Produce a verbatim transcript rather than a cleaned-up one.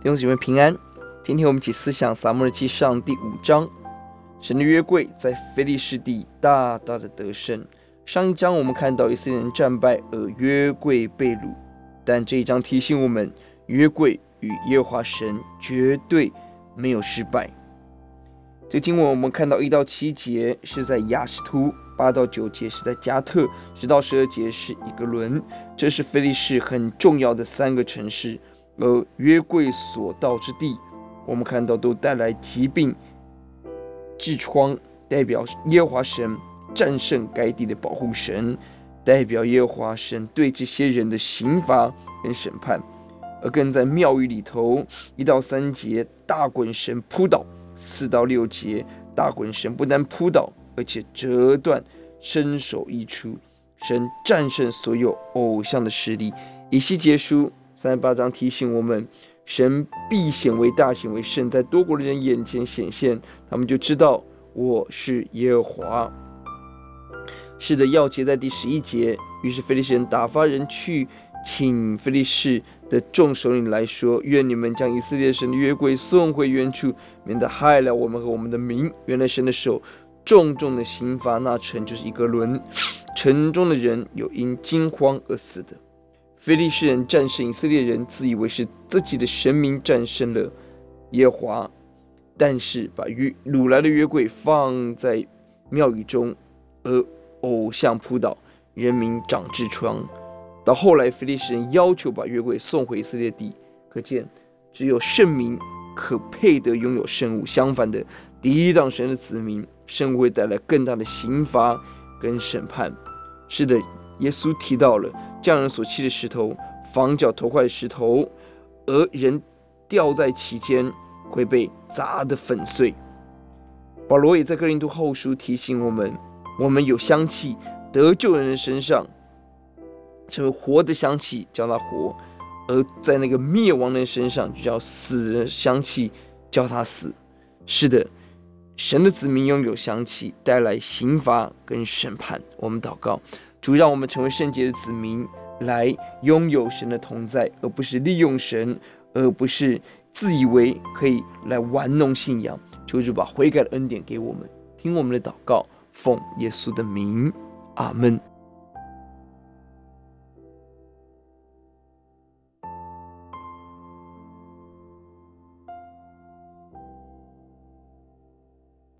弟兄姊妹平安，今天我们一起思想撒母耳记上第五章。神的约柜在非利士地大大的得胜。上一章我们看到以色列人战败而约柜被掳，但这一章提醒我们，约柜与耶和华神绝对没有失败。这经文我们看到一到七节是在亚实突，八到九节是在加特，十到十二节是以格伦。这是非利士很重要的三个城市，而约柜所到之地，我们看到都带来疾病、痔疮，代表耶和华神战胜该地的保护神，代表耶和华神对这些人的刑罚跟审判。而更在庙宇里头，一到三节大滚神扑倒，四到六节大滚神不但扑倒，而且折断，身首异处，神战胜所有偶像的势力。以西结书三十八章提醒我们，神必显为大，显为圣，在多国的人眼前显现，他们就知道我是耶和华。是的，要节在第十一节，于是非利士人打发人去请非利士的众首领来说，愿你们将以色列神的约柜送回原处，免得害了我们和我们的民。原来神的手重重的刑罚那城，就是以格伦，城中的人有因惊慌而死的。非利士人战胜以色列人，自以为是自己的神明战胜了耶和华，但是把掳来的约柜放在庙宇中，而偶像扑倒，人民长痔疮。到后来非利士人要求把约柜送回以色列地，可见只有圣民可配得拥有圣物，相反的，抵挡神的子民，圣物会带来更大的刑罚跟审判。是的，耶稣提到了匠人所弃的石头，房角头块的石头，而人掉在其间会被砸得粉碎。保罗也在哥林多后书提醒我们，我们有香气得救人的身上成为活的香气，叫他活；而在那个灭亡的人身上，就叫死的香气，叫他死。是的，神的子民拥有香气，带来刑罚跟审判。我们祷告，主让我们成为圣洁的子民，来拥有神的同在，而不是利用神，而不是自以为可以来玩弄信仰。求主把悔改的恩典给我们，听我们的祷告，奉耶稣的名，阿们。